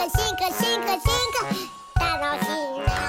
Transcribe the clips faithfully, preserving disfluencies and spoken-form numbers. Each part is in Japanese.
進化進化進化楽しいな。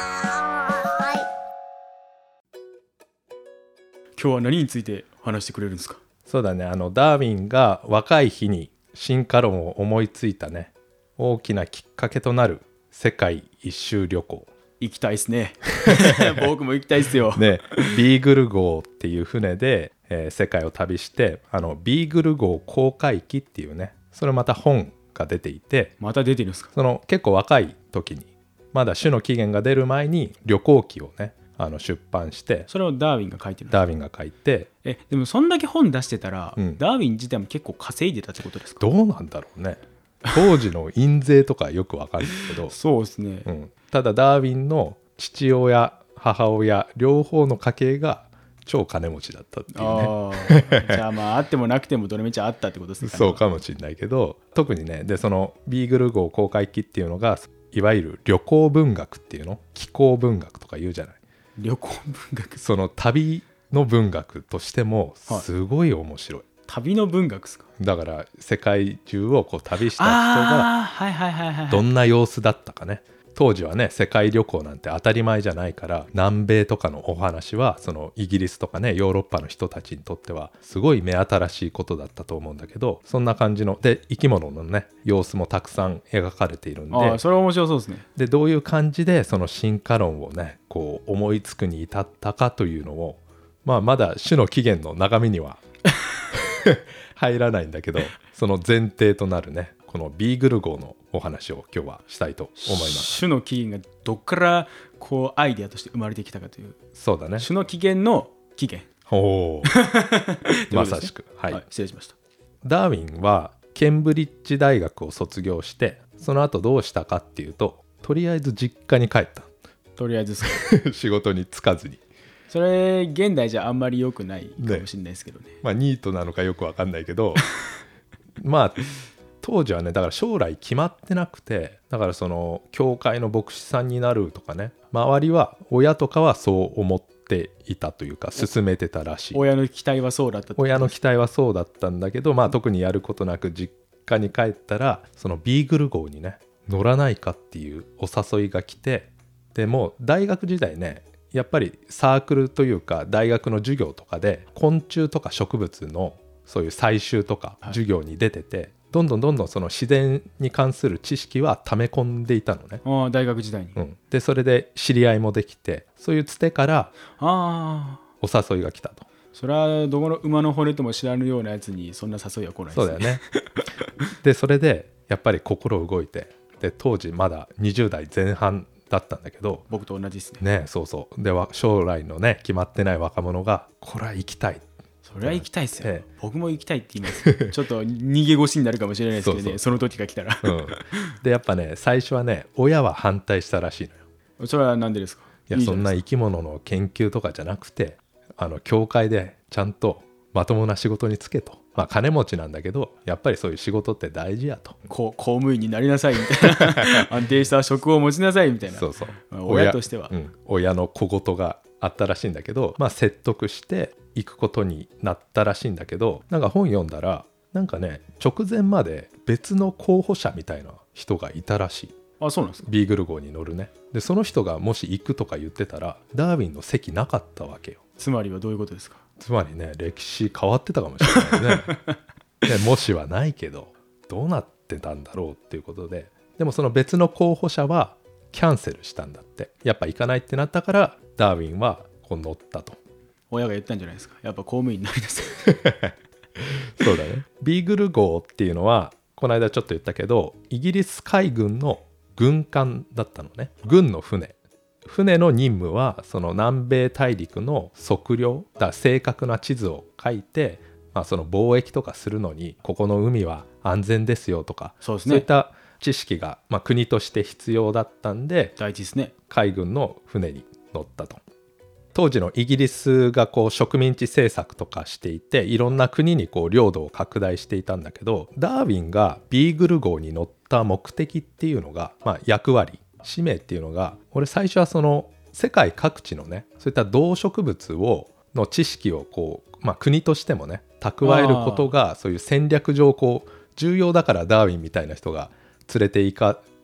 今日は何について話してくれるんですか？ そうだね、あのダーウィンが若い日に進化論を思いついたね、大きなきっかけとなる世界一周旅行。 行きたいですね僕も行きたいですよ、 ね、ビーグル号っていう船で、えー世界を旅して、あのビーグル号航海記っていうね、それまた本が出ていて、 また出てるんですか？ その結構若い時に、まだ種の起源が出る前に旅行記をね、あの出版して、 それをダーウィンが書いてるんですか？ ダーウィンが書いて。 えでもそんだけ本出してたら、 うんダーウィン自体も結構稼いでたってことですか？ どうなんだろうね、当時の印税とかよくわかんないけどそうですね、 うん、ただダーウィンの父親母親両方の家系が超金持ちだったっていうね。 ああじゃあまああってもなくてもどれみちゃあったってことですね。 そうかもしれないけど、特にね、でそのビーグル号航海記っていうのがいわゆる旅行文学っていうの、気候文学とか言うじゃない。 旅行文学、 その旅の文学としてもすごい面白い、 旅の文学ですか？ だから世界中をこう旅した人がああはいはいはいはい、 どんな様子だったかね。当時はね、世界旅行なんて当たり前じゃないから、南米とかのお話はそのイギリスとかね、ヨーロッパの人たちにとってはすごい目新しいことだったと思うんだけど、そんな感じので生き物のね様子もたくさん描かれているんで、 ああそれは面白そうですね。 でどういう感じでその進化論をねこう思いつくに至ったかというのを、まあまだ種の起源の中身には入らないんだけど、その前提となるねこのビーグル号のお話を今日はしたいと思います。 種の起源がどっからこうアイデアとして生まれてきたかという、 そうだね、 種の起源の起源おおまさしく、はい、 はい、失礼しました。 ダーウィンはケンブリッジ大学を卒業して、その後どうしたかっていうと、とりあえず実家に帰ったとりあえずですか仕事に就かずに。 それ現代じゃあんまり良くないかもしれないですけどね。 まあニートなのかよく分かんないけどまあ当時はね、だから将来決まってなくて、だからその教会の牧師さんになるとかね、周りは親とかはそう思っていたというか進めてたらしい。 親の期待はそうだったってことです。 親の期待はそうだったんだけど、まあ特にやることなく実家に帰ったら、そのビーグル号にね乗らないかっていうお誘いが来て、でもう大学時代ね、やっぱりサークルというか大学の授業とかで昆虫とか植物のそういう採集とか授業に出てて、はい、どんどんどんどんその自然に関する知識は溜め込んでいたのね。 ああ大学時代に、 うん、でそれで知り合いもできて、そういうつてからあお誘いが来たと。 それはどこの馬の骨とも知らぬようなやつにそんな誘いは来ないですね。 そうだよねでそれでやっぱり心動いて、で当時まだにじゅう代前半だったんだけど、 僕と同じですね。 ね、そうそうで将来のね決まってない若者がこれは行きたい、 それは行きたいですよ、 ええ、 僕も行きたいって言いますちょっと逃げ腰になるかもしれないですけどね、 そうそうその時が来たら、 うん、でやっぱね最初はね親は反対したらしいのよ。 それは何でですか？ いやいいじゃないですか。 そんな生き物の研究とかじゃなくて、あの教会でちゃんとまともな仕事に就けと、まあ金持ちなんだけどやっぱりそういう仕事って大事やと、 こ公務員になりなさいみたいな安定した職を持ちなさいみたいな。 そうそう、 まあ親としては、 親、うん、親の小言があったらしいんだけど、まあ説得して行くことになったらしいんだけど、なんか本読んだらなんかね直前まで別の候補者みたいな人がいたらしい。 あ、そうなんですか？ ビーグル号に乗るね。でその人がもし行くとか言ってたらダーウィンの席なかったわけよ。 つまりはどういうことですか？ つまりね歴史変わってたかもしれないねでもしはないけどどうなってたんだろうっていうことで、でもその別の候補者はキャンセルしたんだって。やっぱ行かないってなったからダーウィンはこう乗ったと。 親が言ったんじゃないですか？やっぱ公務員になりなさいそうだね。ビーグル号っていうのはこの間ちょっと言ったけど、イギリス海軍の軍艦だったのね。軍の船船の任務はその南米大陸の測量だ、正確な地図を書いて、まあ、その貿易とかするのにここの海は安全ですよとか、 そうですね、 そういった知識が、まあ、国として必要だったんで大事ですね。 海軍の船に乗ったと。当時のイギリスがこう植民地政策とかしていて、いろんな国にこう領土を拡大していたんだけど、ダーウィンがビーグル号に乗った目的っていうのが、まあ、役割使命っていうのが、俺最初はその世界各地のねそういった動植物をの知識をこう、まあ、国としてもね蓄えることがそういう戦略上こう重要だからダーウィンみたいな人が連れて行か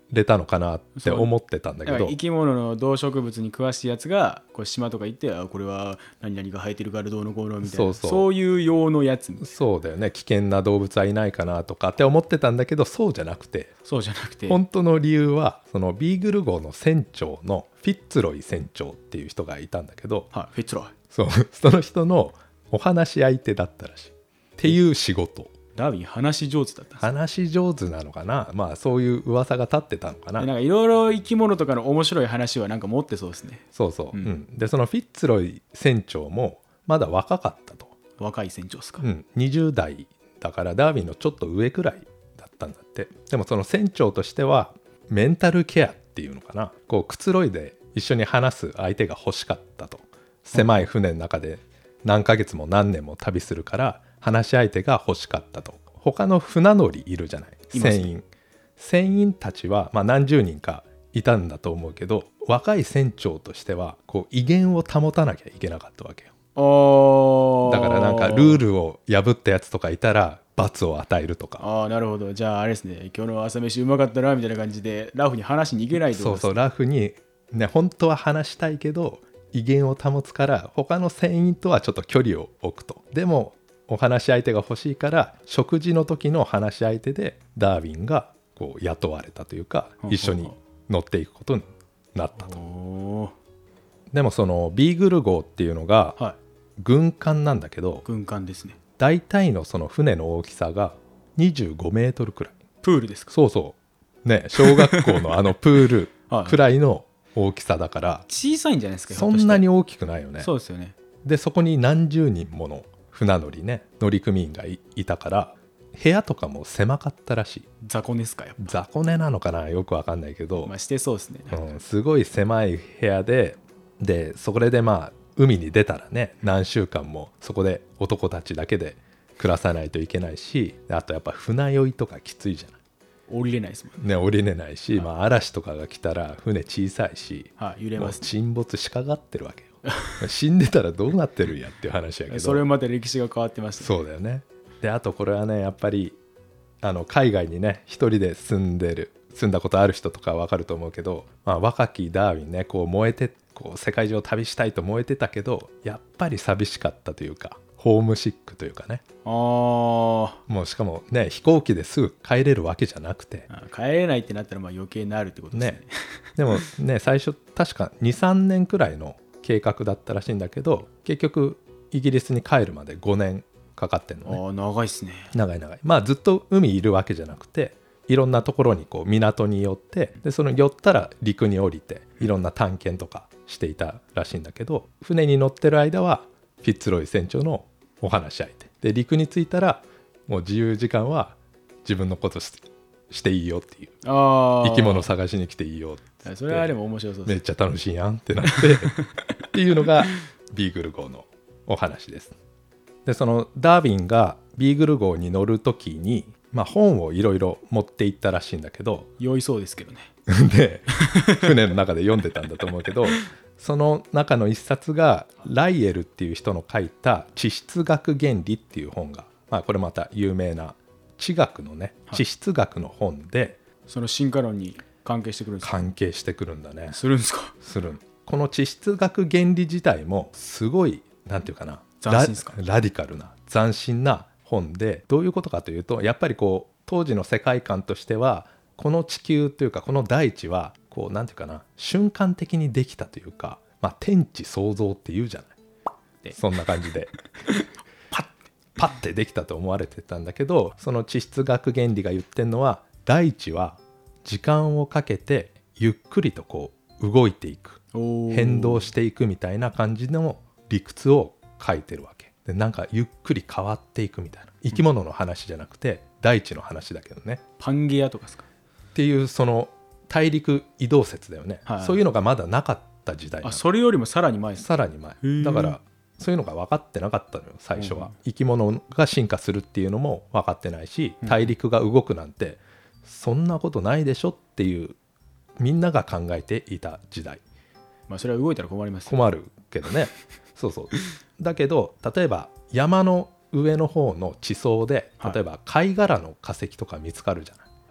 れたのかなって思ってたんだけど、 生き物の動植物に詳しいやつがこう島とか行って、あこれは何々が生えてるからどうのこうのみたいな、 そうそうそういう用のやつ。 そうだよね、危険な動物はいないかなとかって思ってたんだけど、そうじゃなくて、 そうじゃなくて本当の理由はそのビーグル号の船長のフィッツロイ船長っていう人がいたんだけど、 はい、フィッツロイ。 そうその人のお話し相手だったらしいっていう仕事。 ダーウィン話し上手だったんですよ。 話し上手なのかな、まあそういう噂が立ってたのかな。 なんかいろいろ生き物とかの面白い話はなんか持ってそうですね。 そうそう、 うんうん、でそのフィッツロイ船長もまだ若かったと、 若い船長ですか。 うん、にじゅう代だからダーウィンのちょっと上くらいだったんだって。でもその船長としてはメンタルケアっていうのかな、こうくつろいで一緒に話す相手が欲しかったと。狭い船の中で何ヶ月も何年も旅するから話し相手が欲しかったと。他の船乗りいるじゃない、 いますね船員船員たちはまあ何十人かいたんだと思うけど、若い船長としてはこう威厳を保たなきゃいけなかったわけよ。 おだからなんかルールを破ったやつとかいたら罰を与えるとか。 ああなるほど。じゃああれですね、今日の朝飯うまかったなみたいな感じでラフに話しに行けないってことですね。 そうそう、ラフにね、本当は話したいけど威厳を保つから他の船員とはちょっと距離を置くと。でもお話し相手が欲しいから食事の時の話し相手でダーウィンがこう雇われたというか、 ほうほうほう一緒に乗っていくことになったと。 おでもそのビーグル号っていうのがーはい、 軍艦なんだけど、 軍艦ですね。 大体のその船の大きさがにじゅうごメートルくらい。 プールですか。 そうそうね、小学校のあのプールはいくらいの大きさだから小さいんじゃないですか。 そんなに大きくないよね。 そうですよね。 でそこに何十人もの船乗りね、乗組員が い, いたから部屋とかも狭かったらしい。 雑魚ですかやっぱ。 雑魚寝なのかな、よくわかんないけど、 まあしてそうですね。 うん、すごい狭い部屋で、でそれでまあ海に出たらね、何週間もそこで男たちだけで暮らさないといけないし、あとやっぱ船酔いとかきついじゃない。 降りれないですもんね。 ね、降りれないし、まあ、嵐とかが来たら船小さいし、 はい、揺れもうます、ね。 沈没しかかってるわけよ死んでたらどうなってるんやっていう話やけど、 それまで歴史が変わってました、ね。 そうだよね。であとこれはねやっぱりあの海外にね一人で住んでる住んだことある人とかわかると思うけど、まあ、若きダーウィンねこう燃えてこう世界中を旅したいと燃えてたけど、やっぱり寂しかったというかホームシックというかね。 あもうしかもね飛行機ですぐ帰れるわけじゃなくてあ帰れないってなったらまあ余計になるってことですね。 ねでもね最初確かにさんねんくらいの計画だったらしいんだけど、結局イギリスに帰るまでごねんかかってんのね。 ああ長いっすね。 長い長い。まあずっと海いるわけじゃなくて、いろんなところにこう港に寄って、でその寄ったら陸に降りていろんな探検とかしていたらしいんだけど、船に乗ってる間はフィッツロイ船長のお話し相手で、陸に着いたらもう自由時間は自分のことし、していいよっていう、 あ生き物探しに来ていいよって、 それはでも面白そうです。 めっちゃ楽しいやんってなってっていうのがビーグル号のお話です。でそのダーウィンがビーグル号に乗るときに、まあ、本をいろいろ持って行ったらしいんだけど酔いそうですけどね。 で船の中で読んでたんだと思うけどその中の一冊がライエルっていう人の書いた地質学原理っていう本が、まあ、これまた有名な地学のね、 はい、 地質学の本で、 その進化論に関係してくるんですか。 関係してくるんだね。 するんですか。 するん。この地質学原理自体もすごいなんていうかな、 斬新ですか。 ラ、ラディカルな斬新な本で、どういうことかというと、やっぱりこう当時の世界観としてはこの地球というかこの大地はこうなんていうかな、瞬間的にできたというか、まあ、天地創造っていうじゃない。そんな感じでパッパッてできたと思われてたんだけど、その地質学原理が言ってるのは、大地は時間をかけてゆっくりとこう動いていく、変動していくみたいな感じの理屈を書いてるわけで、なんかゆっくり変わっていくみたいな、生き物の話じゃなくて大地の話だけどね。 パンゲアとかですかっていうその大陸移動説だよね、はい、そういうのがまだなかった時代なの。 あ、それよりもさらに前ですか。 さらに前だから、そういうのが分かってなかったのよ最初は、うん、生き物が進化するっていうのも分かってないし、大陸が動くなんてそんなことないでしょっていうみんなが考えていた時代。 まあそれは動いたら困りますよ。 困るけどねそうそう。だけど例えば山の上の方の地層で例えば貝殻の化石とか見つかるじゃない、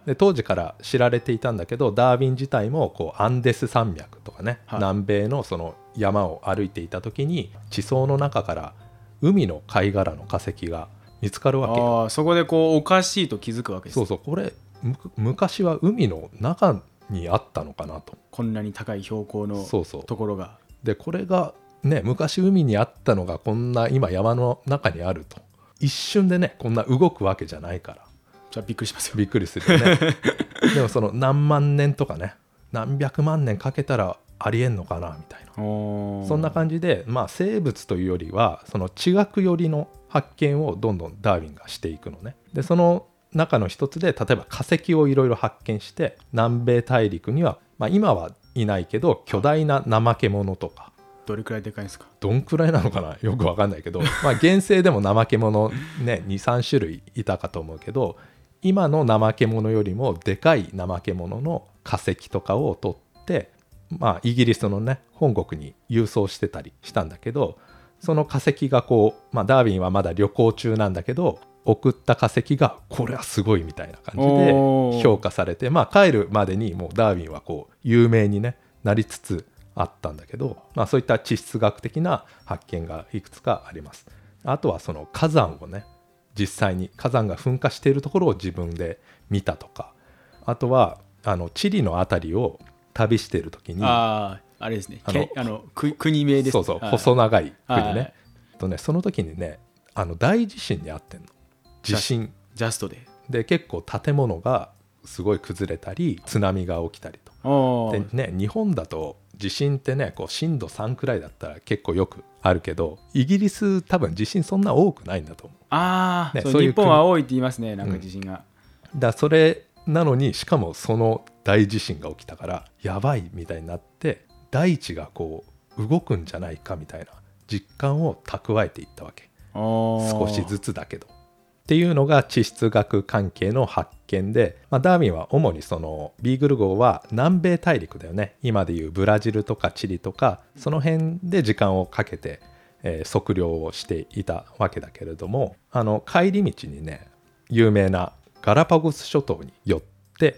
で当時から知られていたんだけど、ダーウィン自体もこうアンデス山脈とかね、 はい、 南米のその山を歩いていた時に地層の中から海の貝殻の化石が見つかるわけよ。 あそこでこうおかしいと気づくわけです。 そうそう、これ昔は海の中にあったのかなと。 こんなに高い標高のそうそうところが。 でこれがね、昔海にあったのがこんな今山の中にあると、一瞬でねこんな動くわけじゃないから、 じゃあびっくりしますよ。 びっくりするよねでもその何万年とかね何百万年かけたらありえんのかなみたいな、そんな感じで、まあ、生物というよりはその地学寄りの発見をどんどんダーウィンがしていくのね。でその中の一つで例えば化石をいろいろ発見して、南米大陸には、まあ、今はいないけど巨大な怠け者とか、 どれくらいでかいんですか？ どんくらいなのかなよく分かんないけど、まあ現世でも怠け者ね にさん種類いたかと思うけど、今の怠け者よりもでかい怠け者の化石とかを取って、まあ、イギリスのね本国に郵送してたりしたんだけど、その化石がこう、まあ、ダーウィンはまだ旅行中なんだけど、送った化石がこれはすごいみたいな感じで評価されて、まあ、帰るまでにもうダーウィンはこう有名に、ね、なりつつあったんだけど、まあ、そういった地質学的な発見がいくつかあります。あとはその火山をね、実際に火山が噴火しているところを自分で見たとか、あとはあのチリのあたりを旅している時に、 あああれですね、 あのあのく国名ですね。 そうそう、細長い国はいね。とねその時にね、あの大地震にあってんの。地震ジャストでで結構建物がすごい崩れたり津波が起きたりと。でね、日本だと地震ってねこう震度さんくらいだったら結構よくあるけど、イギリス多分地震そんな多くないんだと思う。 ああ、 ね、そういうそう日本は多いって言いますね、なんか地震が、 うん、だそれなのにしかもその大地震が起きたからやばいみたいになって、大地がこう動くんじゃないかみたいな実感を蓄えていったわけ。少しずつだけどっていうのが地質学関係の発見で、まあ、ダーウィンは主にそのビーグル号は南米大陸だよね、今でいうブラジルとかチリとかその辺で時間をかけて、えー、測量をしていたわけだけれども、あの帰り道にね有名なガラパゴス諸島に寄って、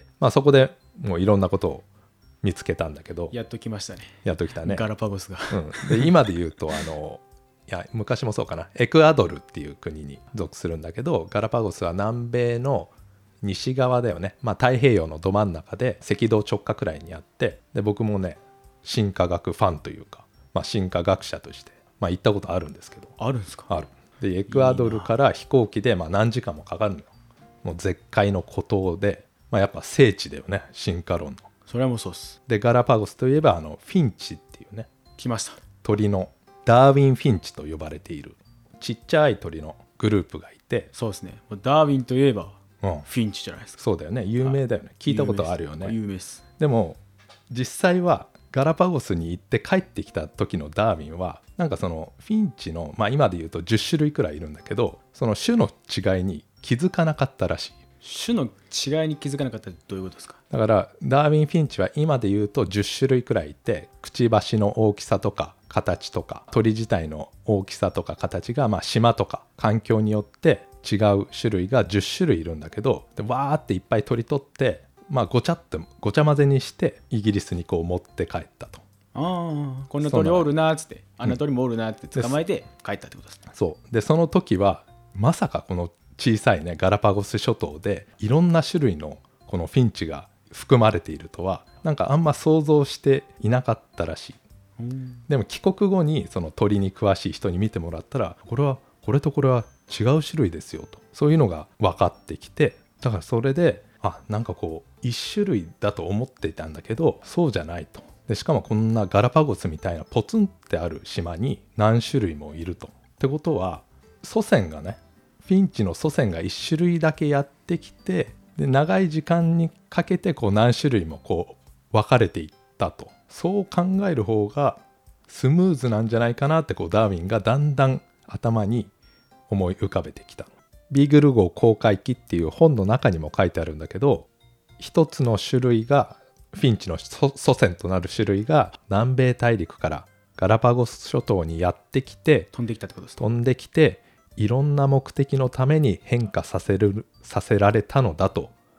まあ、そこでもういろんなことを見つけたんだけど、 やっと来ましたね、 やっと来たねガラパゴスが、 うん、で今で言うとあのいや昔もそうかな、エクアドルっていう国に属するんだけど、ガラパゴスは南米の西側だよね、まあ、太平洋のど真ん中で赤道直下くらいにあって、で僕もね進化学ファンというか、まあ、進化学者として、まあ、行ったことあるんですけど。 あるんですか？ ある。でエクアドルから飛行機でまあ何時間もかかるのよ。もう絶海の孤島で、まあ、やっぱ聖地だよね、進化論の。 それはもうそうっす。 でガラパゴスといえばあのフィンチっていうね、 来ました、 鳥のダーウィンフィンチと呼ばれているちっちゃい鳥のグループがいて、 そうですね、もうダーウィンといえばうん、 フィンチじゃないですか。 そうだよね、有名だよね、聞いたことあるよね。 有名です。 でも実際はガラパゴスに行って帰ってきた時のダーウィンはなんかそのフィンチの、まあ、今で言うとじゅっしゅるいくらいいるんだけど、その種の違いに気づかなかったらしい。 種の違いに気づかなかったってどういうことですか？ だからダーウィンフィンチは今で言うとじゅっしゅるいくらいいて、くちばしの大きさとか形とか鳥自体の大きさとか形が、まあ島とか環境によって違う種類がじゅっしゅるいいるんだけど、でわーっていっぱい取り取って、まあ、ごちゃっとごちゃ混ぜにしてイギリスにこう持って帰ったと。 ああ、こんな鳥おるなーっつって、あんな鳥もおるなーって捕まえて帰ったってことですね。 そうでその時はまさかこの小さいねガラパゴス諸島でいろんな種類のこのフィンチが含まれているとはなんかあんま想像していなかったらしい。でも帰国後にその鳥に詳しい人に見てもらったら、これはこれとこれは違う種類ですよと、そういうのが分かってきて、だからそれであなんかこう一種類だと思っていたんだけどそうじゃないと。でしかもこんなガラパゴスみたいなポツンってある島に何種類もいると。ってことは祖先がね、フィンチの祖先が一種類だけやってきて、で長い時間にかけてこう何種類もこう分かれていったと。そう考える方がスムーズなんじゃないかなってこうダーウィンがだんだん頭に思い浮かべてきた。ビーグル号航海記っていう本の中にも書いてあるんだけど、一つの種類がフィンチの祖先となる種類が南米大陸からガラパゴス諸島にやってきて飛んできたってことですね。 飛んできていろんな目的のために変化させるさせられたのだと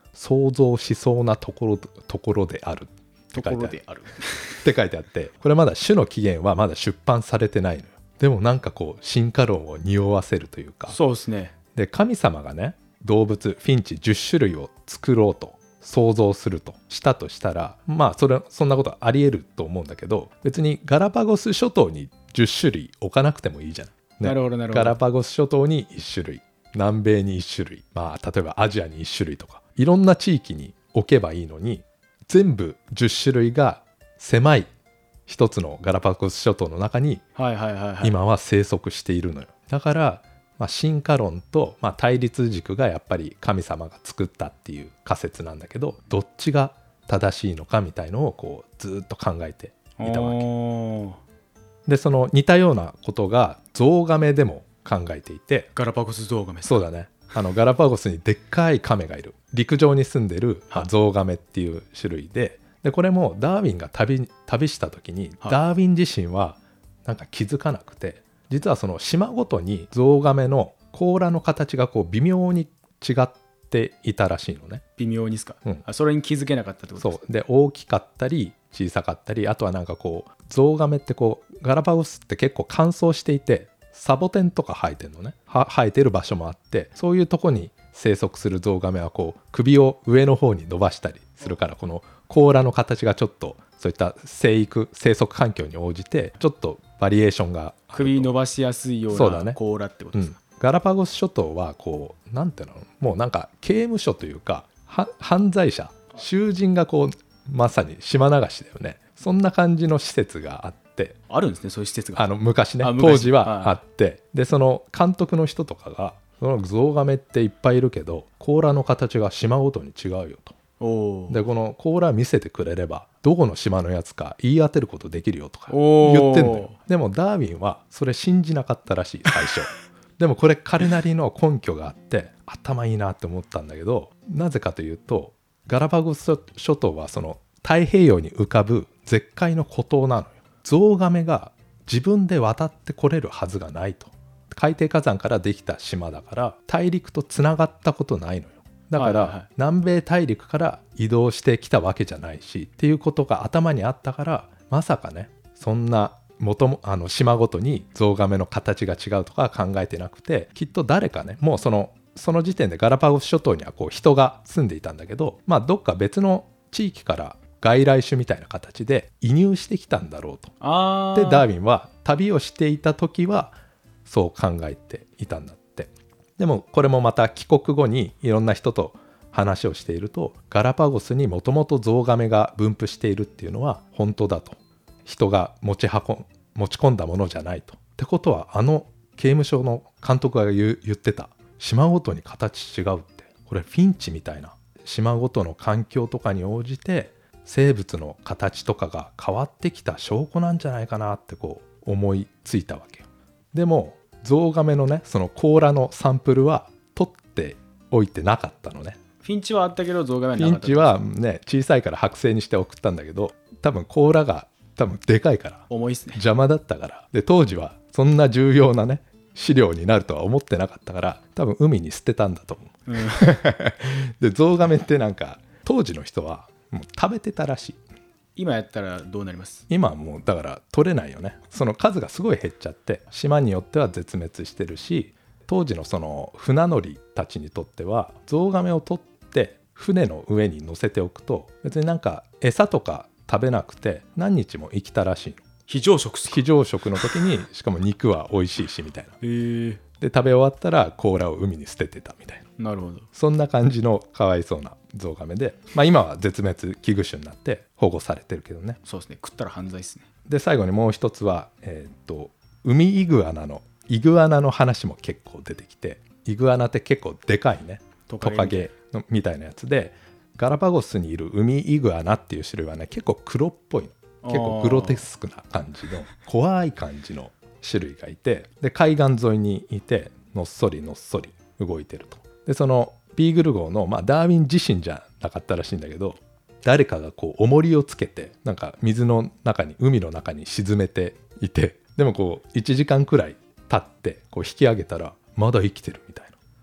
想像しそうなところところであるって書いてあるところであるって書いてあって、これまだ種の起源はまだ出版されてないのよ。でもなんかこう進化論を匂わせるというか。 そうですね。 で神様がね動物フィンチじゅっしゅるいを作ろうと想像するとしたとしたら、まあそれそんなことありえると思うんだけど、別にガラパゴス諸島にじゅっしゅるい置かなくてもいいじゃん、ね、 なるほどなるほど。 ガラパゴス諸島にいっしゅるい、南米にいっしゅるい、まあ例えばアジアにいっしゅるいとかいろんな地域に置けばいいのに、全部じゅっしゅるいが狭い一つのガラパゴス諸島の中にはいはいはいはい。 今は生息しているのよ。だからまあ、進化論と、まあ、対立軸がやっぱり神様が作ったっていう仮説なんだけど、どっちが正しいのかみたいのをこうずっと考えていたわけおーで、その似たようなことがゾウガメでも考えていて、 ガラパゴスゾウガメ。 そうだね、あのガラパゴスにでっかいカメがいる、陸上に住んでるはいゾウガメっていう種類で、でこれもダーウィンが 旅, 旅した時に、 はいダーウィン自身はなんか気づかなくて、実はその島ごとにゾウガメの甲羅の形がこう微妙に違っていたらしいのね。 微妙にですか、 うんあそれに気づけなかったってことですか。 そうで大きかったり小さかったり、あとはなんかこうゾウガメってこうガラパゴスって結構乾燥していてサボテンとか生えてるのね、は生えてる場所もあって、そういうとこに生息するゾウガメはこう首を上の方に伸ばしたりするから、この甲羅の形がちょっとそういった生育生息環境に応じてちょっとバリエーションがあると。 首伸ばしやすいよそうだねうな甲羅ってことですか。 うん、ガラパゴス諸島はこうなんていうの、もうなんか刑務所というかは犯罪者囚人がこうまさに島流しだよね。そんな感じの施設があって、 あるんですね、そういう施設が。 あの昔ねあ昔当時はあって、 はい、 でその監督の人とかがそのゾウガメっていっぱいいるけど甲羅の形が島ごとに違うよと。 おーでこの甲羅見せてくれればどこの島のやつか言い当てることできるよとかおー言ってんだよ。でもダーウィンはそれ信じなかったらしい最初でもこれ彼なりの根拠があって頭いいなって思ったんだけど、なぜかというとガラパゴス諸島はその太平洋に浮かぶ絶海の孤島なのよ。ゾウガメが自分で渡ってこれるはずがないと。海底火山からできた島だから大陸とつながったことないのよ。だから、 はいはいはい、 南米大陸から移動してきたわけじゃないしっていうことが頭にあったから、まさかねそんな元もあの島ごとにゾウガメの形が違うとかは考えてなくて、きっと誰かねもうそのその時点でガラパゴス諸島にはこう人が住んでいたんだけど、まあどっか別の地域から外来種みたいな形で移入してきたんだろうと。 あでダーウィンは旅をしていた時はそう考えていたんだって。でもこれもまた帰国後にいろんな人と話をしていると、ガラパゴスにもともとゾウガメが分布しているっていうのは本当だと。人が持ち運持ち込んだものじゃないと。ってことはあの刑務所の監督が言う言ってた島ごとに形違うって、これフィンチみたいな島ごとの環境とかに応じて生物の形とかが変わってきた証拠なんじゃないかなってこう思いついたわけよ。でもゾウガメのねその甲羅のサンプルは取っておいてなかったのね。 フィンチはあったけどゾウガメはフなかった。 ィンチはね小さいから剥製にして送ったんだけど、多分甲羅が多分でかいから重いっすね。 邪魔だったから、で当時はそんな重要なね資料になるとは思ってなかったから、多分海に捨てたんだと思う、 うん、 でゾウガメってなんか当時の人はもう食べてたらしい。 今やったらどうなります？ 今はもうだから取れないよね。その数がすごい減っちゃって島によっては絶滅してるし、当時のその船乗りたちにとってはゾウガメを取って船の上に乗せておくと別になんか餌とか食べなくて何日も生きたらしいの。 非常食っすか？ 非常食の時にしかも肉は美味しいしみたいな。 へーで食べ終わったら甲羅を海に捨ててたみたいな。 なるほど。 そんな感じのかわいそうなゾウガメで、まあ、今は絶滅危惧種になって保護されてるけどね。 そうですね、食ったら犯罪ですね。 で最後にもう一つは、えーっと海イグアナのイグアナの話も結構出てきて、イグアナって結構でかいねトカゲのみたいなやつで、ガラパゴスにいる海イグアナっていう種類はね結構黒っぽいの、結構グロテスクな感じの怖い感じの種類がいて、で海岸沿いにいてのっそりのっそり動いてると。でそのビーグル号の、まあ、ダーウィン自身じゃなかったらしいんだけど、誰かがこう重りをつけてなんか水の中に海の中に沈めていて、でもこういちじかんくらい経ってこう引き上げたらまだ生きてるみたいな。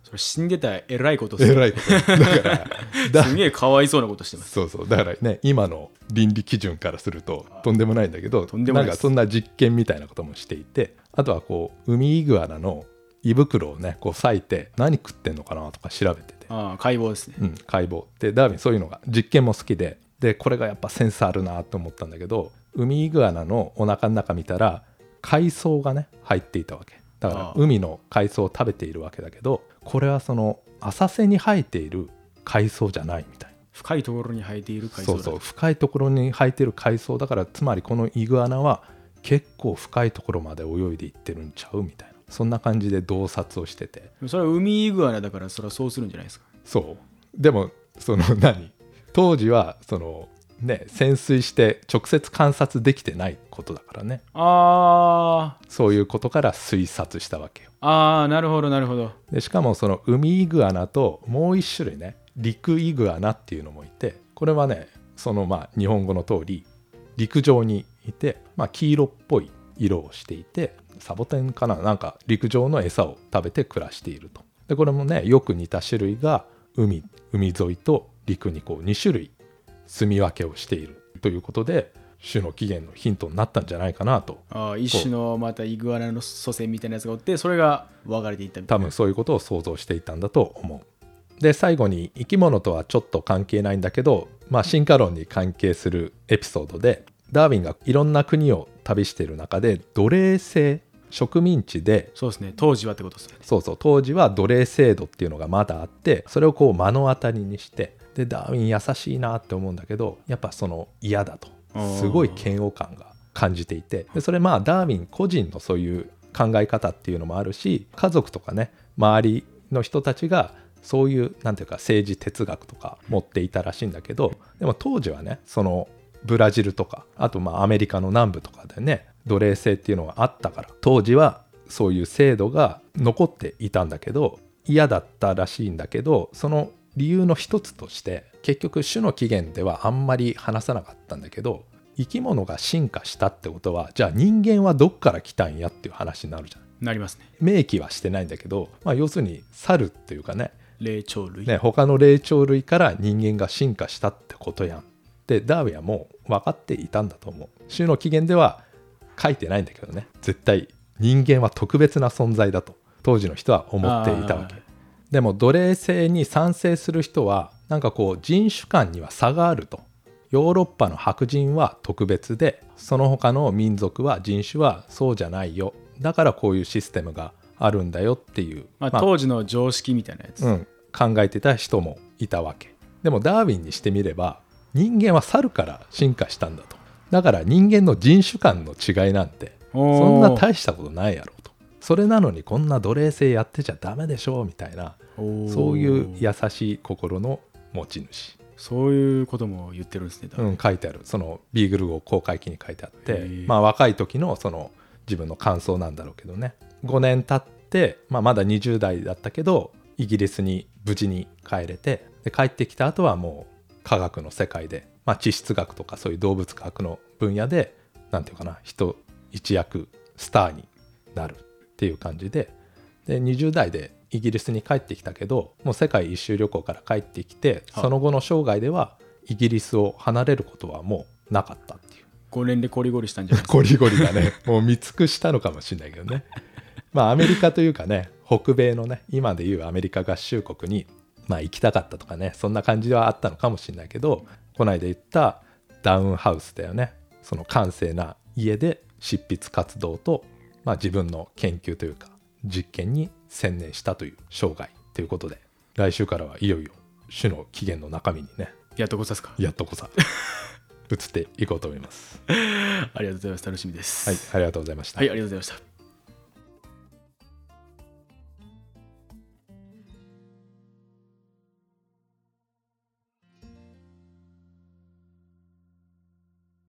それ死んでたらえらいことする。 えらいことだからだすげえかわいそうなことしてます。 そうそうだからね今の倫理基準からするととんでもないんだけど、 とんでもないです。 んかそんな実験みたいなこともしていて、あとはこうウミイグアナの胃袋をねこう裂いて何食ってんのかなとか調べてて、 ああ解剖ですね、 うん、解剖でダーウィンそういうのが実験も好きで、でこれがやっぱセンスあるなと思ったんだけど、ウミイグアナのお腹の中見たら海藻がね入っていたわけだから、海の海藻を食べているわけだけど、これはその浅瀬に生えている海藻じゃないみたいな。 深いところに生えている海藻だ。 そうそう深いところに生えている海藻だから、つまりこのイグアナは結構深いところまで泳いでいってるんちゃうみたいな、そんな感じで洞察をしてて、 それは海イグアナだからそれはそうするんじゃないですか。 そうでもその何当時はそのね潜水して直接観察できてないことだからね、 あーそういうことから推察したわけよ。 あーなるほどなるほど。 でしかもその海イグアナともう一種類ね陸イグアナっていうのもいて、これはねそのまあ日本語の通り陸上にいて、まあ、黄色っぽい色をしていて、サボテンかな、なんか陸上の餌を食べて暮らしていると。でこれもねよく似た種類が海海沿いと陸にこうに種類住み分けをしているということで、種の起源のヒントになったんじゃないかなと。 ああ一種のまたイグアナの祖先みたいなやつがおって、それが分かれていったみたいな。 多分そういうことを想像していたんだと思う。で最後に生き物とはちょっと関係ないんだけど、まあ、進化論に関係するエピソードで、ダーウィンがいろんな国を旅している中で奴隷制植民地で、 そうですね当時はってことですよね。 そうそう当時は奴隷制度っていうのがまだあって、それをこう目の当たりにして、でダーウィン優しいなって思うんだけど、やっぱその嫌だとすごい嫌悪感が感じていて、でそれまあダーウィン個人のそういう考え方っていうのもあるし、家族とかね周りの人たちがそういうなんていうか政治哲学とか持っていたらしいんだけど、でも当時はねそのブラジルとかあとまあアメリカの南部とかでね奴隷制っていうのがあったから、当時はそういう制度が残っていたんだけど嫌だったらしいんだけど、その理由の一つとして結局種の起源ではあんまり話さなかったんだけど、生き物が進化したってことはじゃあ人間はどっから来たんやっていう話になるじゃん。 なりますね。 明記はしてないんだけど、まあ、要するに猿っていうかね霊長類、 ね他の霊長類から人間が進化したってことやんで、ダーウィンはもう分かっていたんだと思う。種の起源では書いてないんだけどね、絶対人間は特別な存在だと当時の人は思っていたわけ。でも奴隷制に賛成する人はなんかこう人種間には差があると。ヨーロッパの白人は特別で、その他の民族は人種はそうじゃないよ、だからこういうシステムがあるんだよっていう、 まあ、当時の常識みたいなやつ、 うん、考えてた人もいたわけ。でもダーウィンにしてみれば人間は猿から進化したんだと。だから人間の人種間の違いなんてそんな大したことないやろうと。それなのにこんな奴隷制やってちゃダメでしょみたいな、そういう優しい心の持ち主。 そういうことも言ってるんですね。 うん、書いてある。そのビーグル号公開記に書いてあって、まあ若い時のその自分の感想なんだろうけどね。ごねん経って、まあ、まだにじゅう代だったけどイギリスに無事に帰れて、で帰ってきた後はもう科学の世界で、まあ、地質学とかそういう動物学の分野でなんていうかな人一躍スターになるっていう感じで、でにじゅう代でイギリスに帰ってきたけど、もう世界一周旅行から帰ってきて、その後の生涯ではイギリスを離れることはもうなかったっていう。 ごねんでコリゴリしたんじゃないですか。 ゴリゴリだね。もう見尽くしたのかもしれないけどね。まあアメリカというかね北米のね今でいうアメリカ合衆国にまあ行きたかったとかね、そんな感じはあったのかもしれないけど、この間言ったダウンハウスだよね。その閑静な家で執筆活動と、まあ、自分の研究というか実験に専念したという生涯ということで、来週からはいよいよ種の起源の中身にねやっとこさすかやっとこさ移っていこうと思います。 ありがとうございます。楽しみです。 はい、ありがとうございました。 はい、ありがとうございました。